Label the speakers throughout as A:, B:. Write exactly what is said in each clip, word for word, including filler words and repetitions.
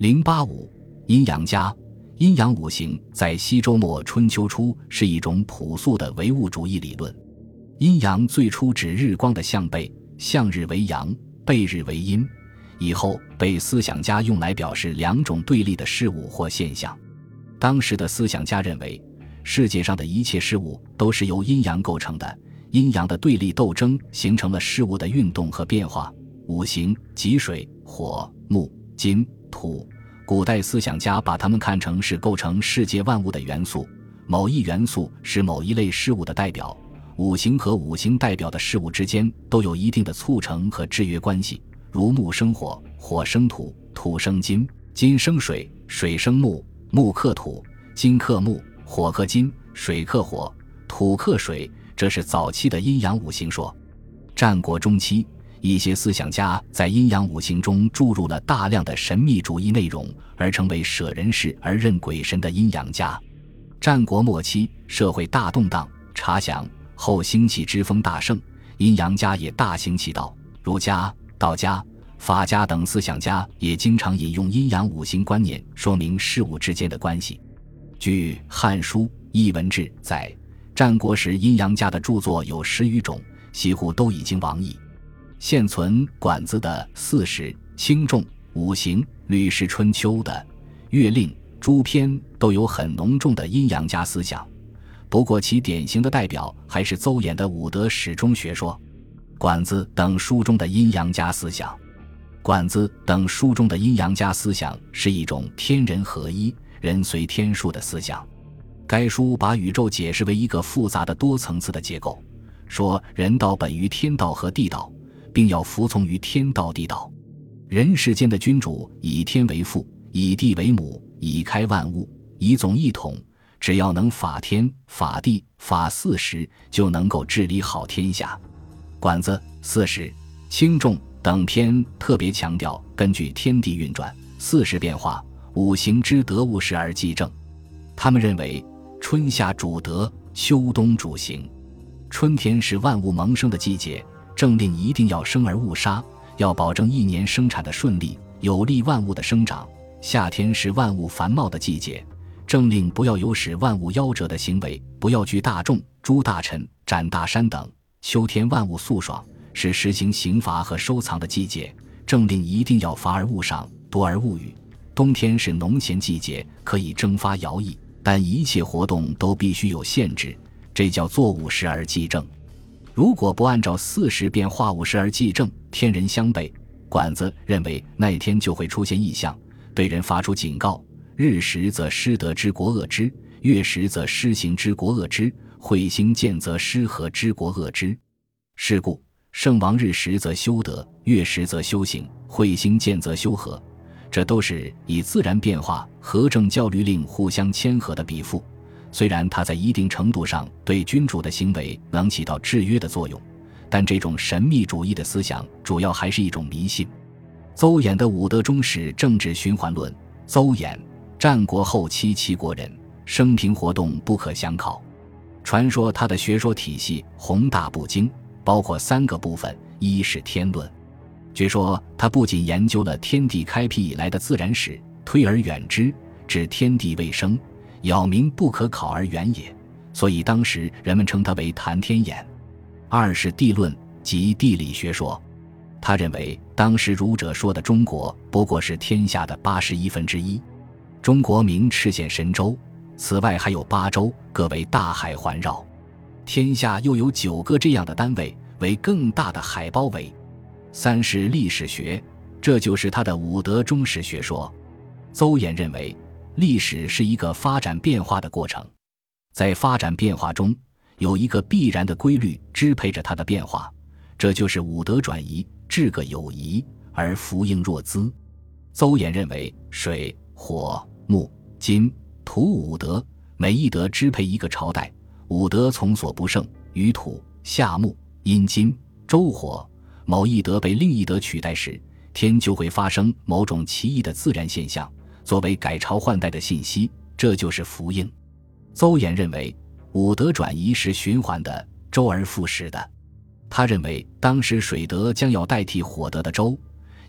A: 零八五阴阳家。阴阳五行在西周末春秋初是一种朴素的唯物主义理论。阴阳最初指日光的向背，向日为阳，背日为阴，以后被思想家用来表示两种对立的事物或现象。当时的思想家认为，世界上的一切事物都是由阴阳构成的，阴阳的对立斗争形成了事物的运动和变化。五行即水、火、木、金、土，古代思想家把它们看成是构成世界万物的元素，某一元素是某一类事物的代表。五行和五行代表的事物之间都有一定的促成和制约关系，如木生火，火生土，土生金，金生水，水生木，木克土，金克木，火克金，水克火，土克水，这是早期的阴阳五行说。战国中期，一些思想家在阴阳五行中注入了大量的神秘主义内容，而成为舍人事而认鬼神的阴阳家。战国末期，社会大动荡，察想后兴起之风大盛，阴阳家也大行其道，儒家、道家、法家等思想家也经常引用阴阳五行观念说明事物之间的关系。据《汉书·艺文志》载，战国时阴阳家的著作有十余种，几乎都已经亡佚。现存管子的四时、轻重、五行、吕氏春秋的月令、诸篇都有很浓重的阴阳家思想，不过其典型的代表还是邹衍的五德始终学说。管子等书中的阴阳家思想，管子等书中的阴阳家思想是一种天人合一、人随天数的思想。该书把宇宙解释为一个复杂的多层次的结构，说人道本于天道和地道，并要服从于天道地道。人世间的君主以天为父，以地为母，以开万物，以总一统，只要能法天、法地、法四时，就能够治理好天下。管子、四时、轻重等篇特别强调根据天地运转、四时变化、五行之得物时而纪政。他们认为春夏主德，秋冬主行。春天是万物萌生的季节，政令一定要生而勿杀，要保证一年生产的顺利，有利万物的生长。夏天是万物繁茂的季节，政令不要有使万物夭折的行为，不要聚大众、诛大臣、斩大山等。秋天万物肃爽，是实行刑罚和收藏的季节，政令一定要罚而勿赏，多而勿语。冬天是农闲季节，可以征发徭役，但一切活动都必须有限制，这叫作五时而纪政。如果不按照四时变化五时而纪政，天人相悖。管子认为那天就会出现异象，对人发出警告：日食则失德之国恶之，月食则失行之国恶之，彗星见则失和之国恶之。是故圣王日食则修德，月食则修行，彗星见则修和，这都是以自然变化和政教律令互相牵合的比附。虽然它在一定程度上对君主的行为能起到制约的作用，但这种神秘主义的思想主要还是一种迷信。邹衍的五德中始政治循环论。邹衍，战国后期齐国人，生平活动不可详考。传说他的学说体系宏大不经，包括三个部分：一是天论。据说他不仅研究了天地开辟以来的自然史，推而远之，至天地未生，杳冥不可考而远也，所以当时人们称他为谈天眼。二是地论，即地理学说。他认为当时儒者说的中国不过是天下的八十一分之一，中国名赤县神州，此外还有八州，各为大海环绕，天下又有九个这样的单位，为更大的海包围。三是历史学，这就是他的五德中史学说。邹衍认为历史是一个发展变化的过程，在发展变化中有一个必然的规律支配着它的变化，这就是五德转移，治个有宜而福应若兹。邹衍认为水、火、木、金、土五德，每一德支配一个朝代，五德从所不胜，于土、夏木、阴金、周火，某一德被另一德取代时，天就会发生某种奇异的自然现象，作为改朝换代的信息，这就是福应。邹衍认为五德转移是循环的，周而复始的。他认为当时水德将要代替火德的周，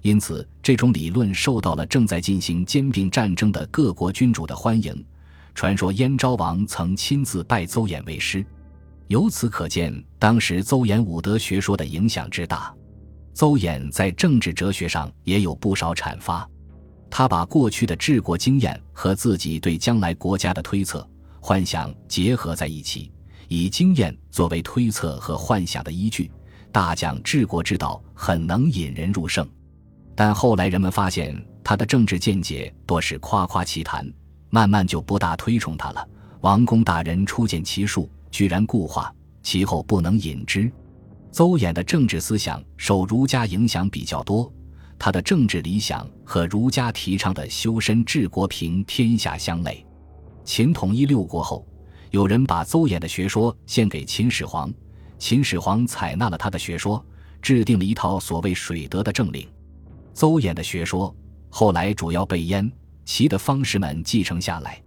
A: 因此这种理论受到了正在进行兼并战争的各国君主的欢迎。传说燕昭王曾亲自拜邹衍为师，由此可见当时邹衍武德学说的影响之大。邹衍在政治哲学上也有不少阐发，他把过去的治国经验和自己对将来国家的推测、幻想结合在一起，以经验作为推测和幻想的依据，大讲治国之道，很能引人入胜。但后来人们发现他的政治见解多是夸夸其谈，慢慢就不大推崇他了。王公大人初见其术，居然固化，其后不能引之。邹衍的政治思想受儒家影响比较多，他的政治理想和儒家提倡的修身治国平天下相类。秦统一六国后，有人把邹衍的学说献给秦始皇，秦始皇采纳了他的学说，制定了一套所谓水德的政令。邹衍的学说后来主要被燕、齐的方士们继承下来，